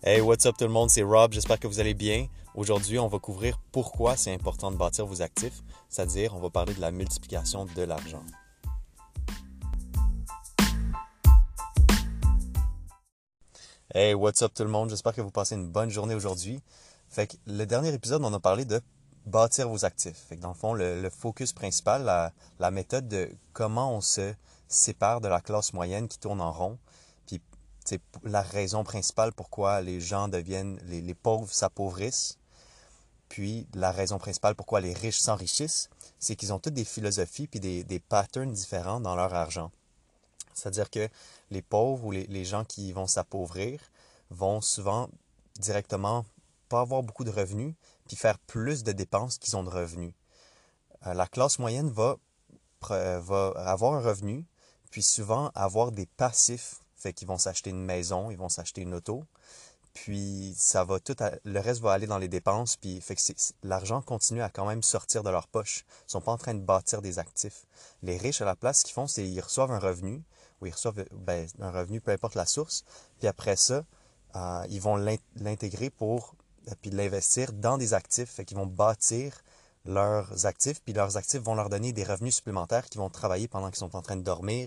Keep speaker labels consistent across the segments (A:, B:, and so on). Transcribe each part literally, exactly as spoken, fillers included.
A: Hey, what's up tout le monde, c'est Rob, j'espère que vous allez bien. Aujourd'hui, on va couvrir pourquoi c'est important de bâtir vos actifs, c'est-à-dire on va parler de la multiplication de l'argent. Hey, what's up tout le monde, j'espère que vous passez une bonne journée aujourd'hui. Fait que le dernier épisode, on a parlé de bâtir vos actifs. Fait que dans le fond, le, le focus principal, la, la méthode de comment on se sépare de la classe moyenne qui tourne en rond, puis c'est la raison principale pourquoi les gens deviennent, les, les pauvres s'appauvrissent. Puis la raison principale pourquoi les riches s'enrichissent, c'est qu'ils ont toutes des philosophies puis des, des patterns différents dans leur argent. C'est-à-dire que les pauvres ou les, les gens qui vont s'appauvrir vont souvent directement pas avoir beaucoup de revenus puis faire plus de dépenses qu'ils ont de revenus. Euh, la classe moyenne va, va avoir un revenu puis souvent avoir des passifs, fait qu'ils vont s'acheter une maison, ils vont s'acheter une auto. Puis ça va tout, à, le reste va aller dans les dépenses, puis fait que l'argent continue à quand même sortir de leur poche. Ils sont pas en train de bâtir des actifs. Les riches à la place, ce qu'ils font, c'est qu'ils reçoivent un revenu, ou ils reçoivent ben, un revenu, peu importe la source, puis après ça, euh, ils vont l'intégrer pour puis l'investir dans des actifs, fait qu'ils vont bâtir leurs actifs, puis leurs actifs vont leur donner des revenus supplémentaires qui vont travailler pendant qu'ils sont en train de dormir,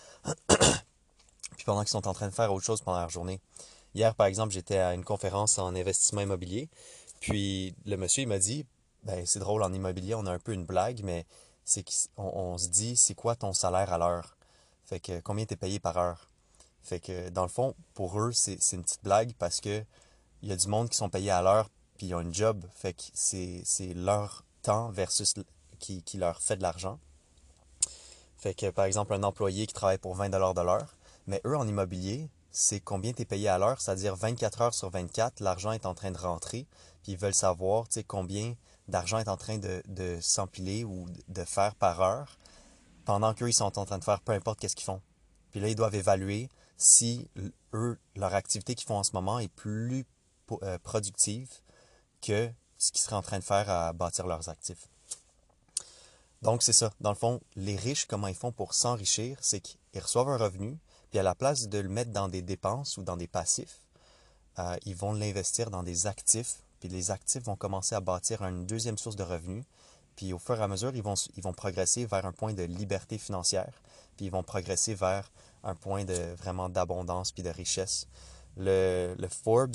A: puis pendant qu'ils sont en train de faire autre chose pendant leur journée. Hier, par exemple, j'étais à une conférence en investissement immobilier, puis le monsieur, il m'a dit, ben c'est drôle, en immobilier, on a un peu une blague, mais c'est qu'on on se dit, c'est quoi ton salaire à l'heure? Fait que combien t'es payé par heure? Fait que dans le fond, pour eux, c'est une petite blague parce que il y a du monde qui sont payés à l'heure, puis ils ont une job, fait que c'est leur temps versus qui, qui leur fait de l'argent. Fait que par exemple, un employé qui travaille pour vingt dollars de l'heure, mais eux en immobilier, c'est combien tu es payé à l'heure, c'est-à-dire vingt-quatre heures sur vingt-quatre, l'argent est en train de rentrer, puis ils veulent savoir combien d'argent est en train de, de s'empiler ou de faire par heure, pendant qu'eux, ils sont en train de faire peu importe qu'est-ce qu'ils font. Puis là, ils doivent évaluer si eux, leur activité qu'ils font en ce moment est plus euh, productive que ce qu'ils seraient en train de faire à bâtir leurs actifs. Donc, c'est ça. Dans le fond, les riches, comment ils font pour s'enrichir, c'est qu'ils reçoivent un revenu, puis à la place de le mettre dans des dépenses ou dans des passifs, euh, ils vont l'investir dans des actifs, puis les actifs vont commencer à bâtir une deuxième source de revenus, puis au fur et à mesure, ils vont, ils vont progresser vers un point de liberté financière, puis ils vont progresser vers un point de vraiment d'abondance puis de richesse. Le, le Forbes,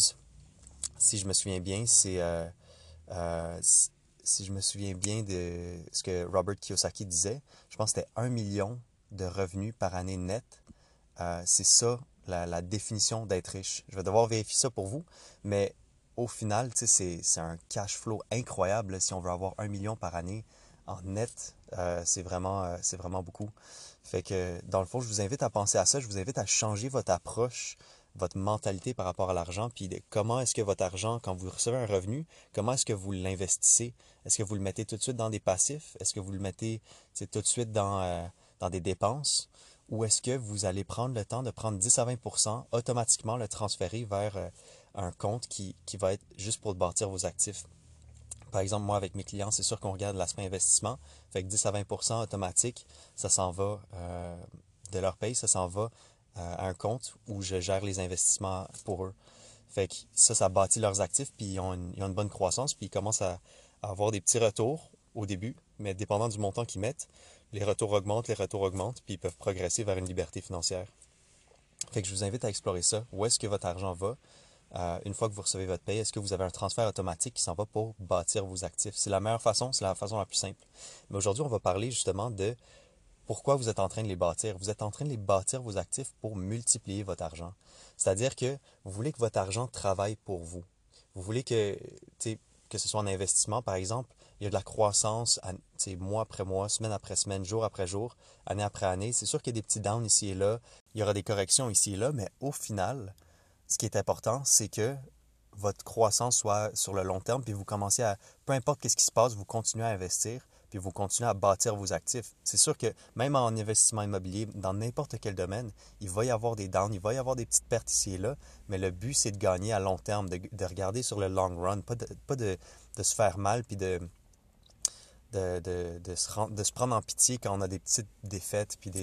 A: si je me souviens bien, c'est... Euh, euh, si je me souviens bien de ce que Robert Kiyosaki disait, je pense que c'était un million de revenus par année net. Euh, c'est ça la, la définition d'être riche. Je vais devoir vérifier ça pour vous, mais au final, c'est un cash flow incroyable là, si on veut avoir un million par année en net. Euh, c'est vraiment, euh, c'est vraiment beaucoup. Fait que dans le fond, je vous invite à penser à ça. Je vous invite à changer votre approche, votre mentalité par rapport à l'argent, puis de comment est-ce que votre argent, quand vous recevez un revenu, comment est-ce que vous l'investissez? Est-ce que vous le mettez tout de suite dans des passifs? Est-ce que vous le mettez tout de suite dans, euh, dans des dépenses? Ou est-ce que vous allez prendre le temps de prendre dix à vingt pour cent, automatiquement le transférer vers euh, un compte qui, qui va être juste pour bâtir vos actifs? Par exemple, moi, avec mes clients, c'est sûr qu'on regarde l'aspect investissement. Fait que dix à vingt pour cent automatique, ça s'en va euh, de leur paye, ça s'en va euh, à un compte où je gère les investissements pour eux. Fait que ça, ça bâtit leurs actifs, puis ils ont une, ils ont une bonne croissance, puis ils commencent à, à avoir des petits retours au début, mais dépendant du montant qu'ils mettent, les retours augmentent, les retours augmentent, puis ils peuvent progresser vers une liberté financière. Fait que je vous invite à explorer ça. Où est-ce que votre argent va? Euh, une fois que vous recevez votre paye, est-ce que vous avez un transfert automatique qui s'en va pour bâtir vos actifs? C'est la meilleure façon, c'est la façon la plus simple. Mais aujourd'hui, on va parler justement de pourquoi vous êtes en train de les bâtir. Vous êtes en train de les bâtir, vos actifs, pour multiplier votre argent. C'est-à-dire que vous voulez que votre argent travaille pour vous. Vous voulez que, que ce soit un investissement, par exemple, il y a de la croissance mois après mois, semaine après semaine, jour après jour, année après année. C'est sûr qu'il y a des petits downs ici et là, il y aura des corrections ici et là, mais au final, ce qui est important, c'est que votre croissance soit sur le long terme, puis vous commencez à, peu importe ce qui se passe, vous continuez à investir, puis vous continuez à bâtir vos actifs. C'est sûr que même en investissement immobilier, dans n'importe quel domaine, il va y avoir des downs, il va y avoir des petites pertes ici et là, mais le but, c'est de gagner à long terme, de, de regarder sur le long run, pas de, pas de, de se faire mal, puis de, de, de, de, se rend, de se prendre en pitié quand on a des petites défaites, puis des,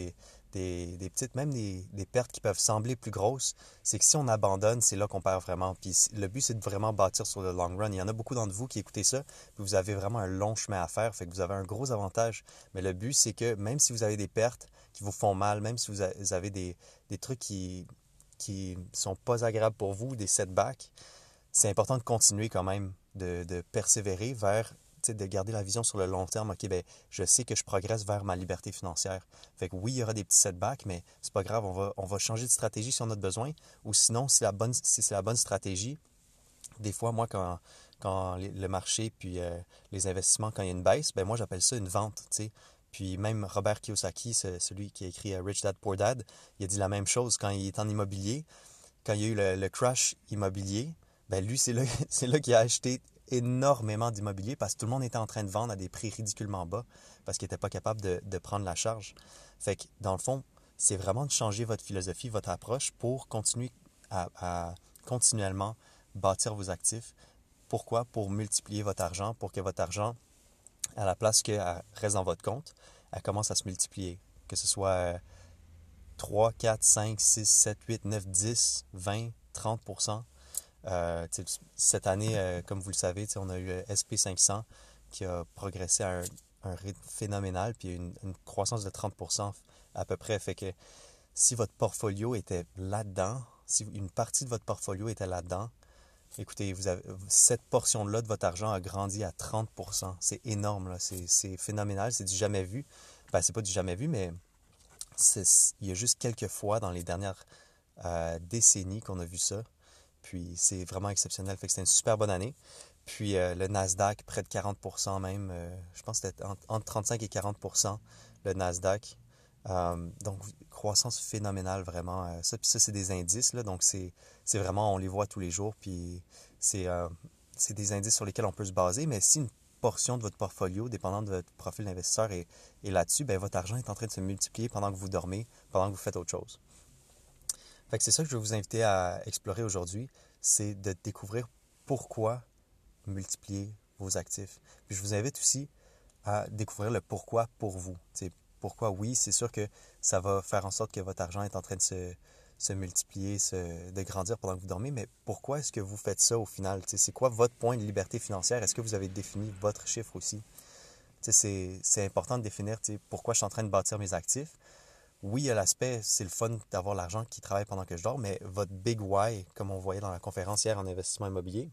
A: des, des petites, même des, des pertes qui peuvent sembler plus grosses, c'est que si on abandonne, c'est là qu'on perd vraiment. Puis le but, c'est de vraiment bâtir sur le long run. Il y en a beaucoup d'entre vous qui écoutez ça, puis vous avez vraiment un long chemin à faire, fait que vous avez un gros avantage. Mais le but, c'est que même si vous avez des pertes qui vous font mal, même si vous avez des, des trucs qui qui sont pas agréables pour vous, des setbacks, c'est important de continuer quand même, de, de persévérer vers, tu sais, de garder la vision sur le long terme. OK, ben je sais que je progresse vers ma liberté financière. Fait que oui, il y aura des petits setbacks, mais c'est pas grave, on va, on va changer de stratégie si on a besoin. Ou sinon, si, la bonne, si c'est la bonne stratégie, des fois, moi, quand, quand les- le marché puis euh, les investissements, quand il y a une baisse, ben moi, j'appelle ça une vente, tu sais. Puis même Robert Kiyosaki, ce- celui qui a écrit euh, Rich Dad Poor Dad, il a dit la même chose quand il est en immobilier. Quand il y a eu le, le crash immobilier, ben lui, c'est là, c'est là qu'il a acheté énormément d'immobilier parce que tout le monde était en train de vendre à des prix ridiculement bas parce qu'il n'était pas capable de, de prendre la charge. Fait que, dans le fond, c'est vraiment de changer votre philosophie, votre approche pour continuer à, à continuellement bâtir vos actifs. Pourquoi? Pour multiplier votre argent, pour que votre argent, à la place qu'elle reste dans votre compte, elle commence à se multiplier. Que ce soit euh, trois, quatre, cinq, six, sept, huit, neuf, dix, vingt, trente pour cent. Euh, cette année, euh, comme vous le savez, on a eu euh, S P cinq cents qui a progressé à un, un rythme phénoménal, puis une, une croissance de trente pour cent à peu près. Fait que si votre portfolio était là-dedans, si une partie de votre portfolio était là-dedans, écoutez, vous avez, cette portion-là de votre argent a grandi à trente pour cent. C'est énorme, là. C'est, c'est phénoménal. C'est du jamais vu. Ben, c'est pas du jamais vu, mais c'est, il y a juste quelques fois dans les dernières euh, décennies qu'on a vu ça. Puis c'est vraiment exceptionnel. Fait que c'était une super bonne année. Puis euh, le Nasdaq, près de quarante pour cent même. Euh, je pense que c'était entre, entre trente-cinq et quarante pour cent le Nasdaq. Euh, donc, croissance phénoménale, vraiment. Euh, ça, puis ça, c'est des indices, là. Donc, c'est, c'est vraiment, on les voit tous les jours. Puis c'est, euh, c'est des indices sur lesquels on peut se baser. Mais si une portion de votre portfolio, dépendant de votre profil d'investisseur, est, est là-dessus, ben, votre argent est en train de se multiplier pendant que vous dormez, pendant que vous faites autre chose. Fait que c'est ça que je vais vous inviter à explorer aujourd'hui, c'est de découvrir pourquoi multiplier vos actifs. Puis je vous invite aussi à découvrir le pourquoi pour vous. T'sais, pourquoi oui, c'est sûr que ça va faire en sorte que votre argent est en train de se, se multiplier, se, de grandir pendant que vous dormez, mais pourquoi est-ce que vous faites ça au final? T'sais, c'est quoi votre point de liberté financière? Est-ce que vous avez défini votre chiffre aussi? C'est, c'est important de définir pourquoi je suis en train de bâtir mes actifs. Oui, il y a l'aspect, c'est le fun d'avoir l'argent qui travaille pendant que je dors, mais votre big why, comme on voyait dans la conférence hier en investissement immobilier,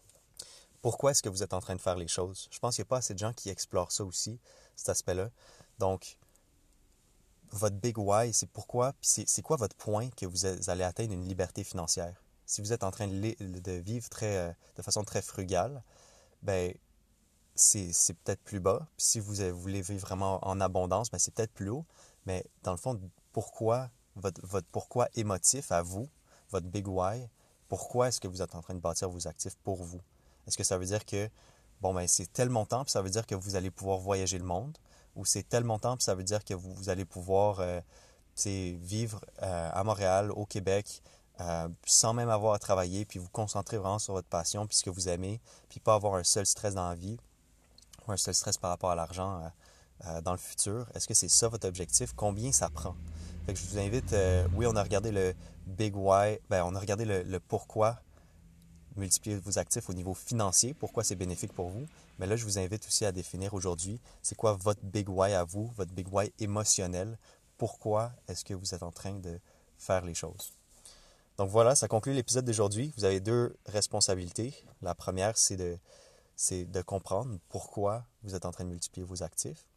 A: pourquoi est-ce que vous êtes en train de faire les choses? Je pense qu'il n'y a pas assez de gens qui explorent ça aussi, cet aspect-là. Donc, votre big why, c'est pourquoi, puis c'est, c'est quoi votre point que vous allez atteindre une liberté financière? Si vous êtes en train de, de vivre très, euh, de façon très frugale, ben c'est, c'est peut-être plus bas. Puis si vous, vous voulez vivre vraiment en abondance, ben c'est peut-être plus haut. Mais dans le fond, pourquoi, votre, votre pourquoi émotif à vous, votre big why, pourquoi est-ce que vous êtes en train de bâtir vos actifs pour vous? Est-ce que ça veut dire que, bon, ben c'est tel montant, puis ça veut dire que vous allez pouvoir voyager le monde? Ou c'est tel montant, puis ça veut dire que vous, vous allez pouvoir euh, vivre euh, à Montréal, au Québec, euh, sans même avoir à travailler, puis vous concentrer vraiment sur votre passion, puis ce que vous aimez, puis pas avoir un seul stress dans la vie, ou un seul stress par rapport à l'argent euh, euh, dans le futur. Est-ce que c'est ça votre objectif? Combien ça prend? Fait que je vous invite, euh, oui, on a regardé le big why, ben, on a regardé le, le pourquoi multiplier vos actifs au niveau financier, pourquoi c'est bénéfique pour vous. Mais là, je vous invite aussi à définir aujourd'hui, c'est quoi votre big why à vous, votre big why émotionnel, pourquoi est-ce que vous êtes en train de faire les choses. Donc voilà, ça conclut l'épisode d'aujourd'hui. Vous avez deux responsabilités. La première, c'est de, c'est de comprendre pourquoi vous êtes en train de multiplier vos actifs.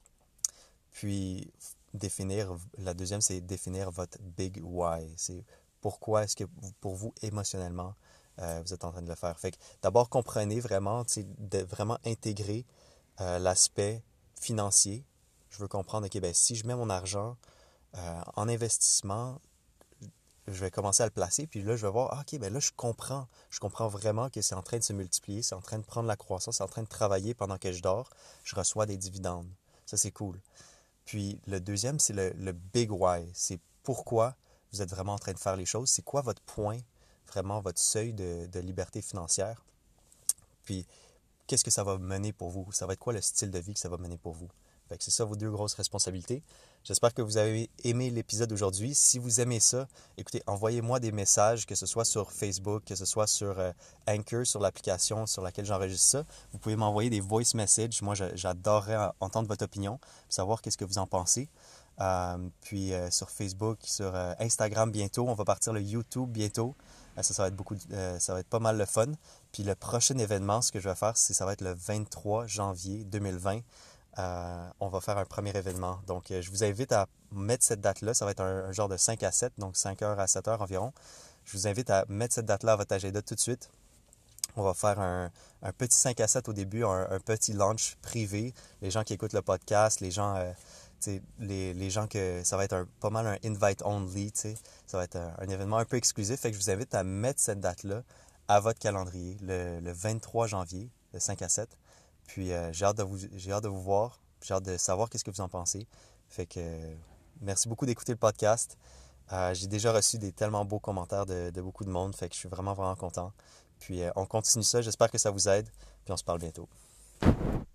A: Puis, définir, la deuxième, c'est définir votre big why. C'est pourquoi est-ce que pour vous, émotionnellement, euh, vous êtes en train de le faire. Fait que d'abord, comprenez vraiment, de vraiment intégrer euh, l'aspect financier. Je veux comprendre, OK, ben, si je mets mon argent euh, en investissement, je vais commencer à le placer, puis là, je vais voir, ah, OK, ben là, je comprends. Je comprends vraiment que c'est en train de se multiplier, c'est en train de prendre la croissance, c'est en train de travailler pendant que je dors. Je reçois des dividendes. Ça, c'est cool. Puis le deuxième, c'est le, le big why. C'est pourquoi vous êtes vraiment en train de faire les choses. C'est quoi votre point, vraiment votre seuil de, de liberté financière. Puis qu'est-ce que ça va mener pour vous? Ça va être quoi le style de vie que ça va mener pour vous? Fait que c'est ça vos deux grosses responsabilités. J'espère que vous avez aimé l'épisode d'aujourd'hui. Si vous aimez ça, écoutez, envoyez-moi des messages, que ce soit sur Facebook, que ce soit sur euh, Anchor, sur l'application sur laquelle j'enregistre ça. Vous pouvez m'envoyer des voice messages. Moi, j'adorerais entendre votre opinion, savoir qu'est-ce que vous en pensez. Euh, puis euh, sur Facebook, sur euh, Instagram bientôt. On va partir le YouTube bientôt. Euh, ça, ça va être beaucoup, euh, ça va être pas mal le fun. Puis le prochain événement, ce que je vais faire, c'est ça va être le vingt-trois janvier deux mille vingt. Euh, on va faire un premier événement. Donc, euh, je vous invite à mettre cette date-là. Ça va être un, un genre de cinq à sept, donc cinq heures à sept heures environ. Je vous invite à mettre cette date-là à votre agenda tout de suite. On va faire un, un petit cinq à sept au début, un, un petit launch privé. Les gens qui écoutent le podcast, les gens, euh, les, les gens que ça va être un, pas mal un invite only. T'sais. Ça va être un, un événement un peu exclusif. Fait que je vous invite à mettre cette date-là à votre calendrier, le, le vingt-trois janvier, de cinq à sept. Puis euh, j'ai hâte de vous, j'ai hâte de vous voir. J'ai hâte de savoir qu'est-ce que vous en pensez. Fait que euh, merci beaucoup d'écouter le podcast. Euh, j'ai déjà reçu des tellement beaux commentaires de, de beaucoup de monde. Fait que je suis vraiment, vraiment content. Puis euh, on continue ça. J'espère que ça vous aide. Puis on se parle bientôt.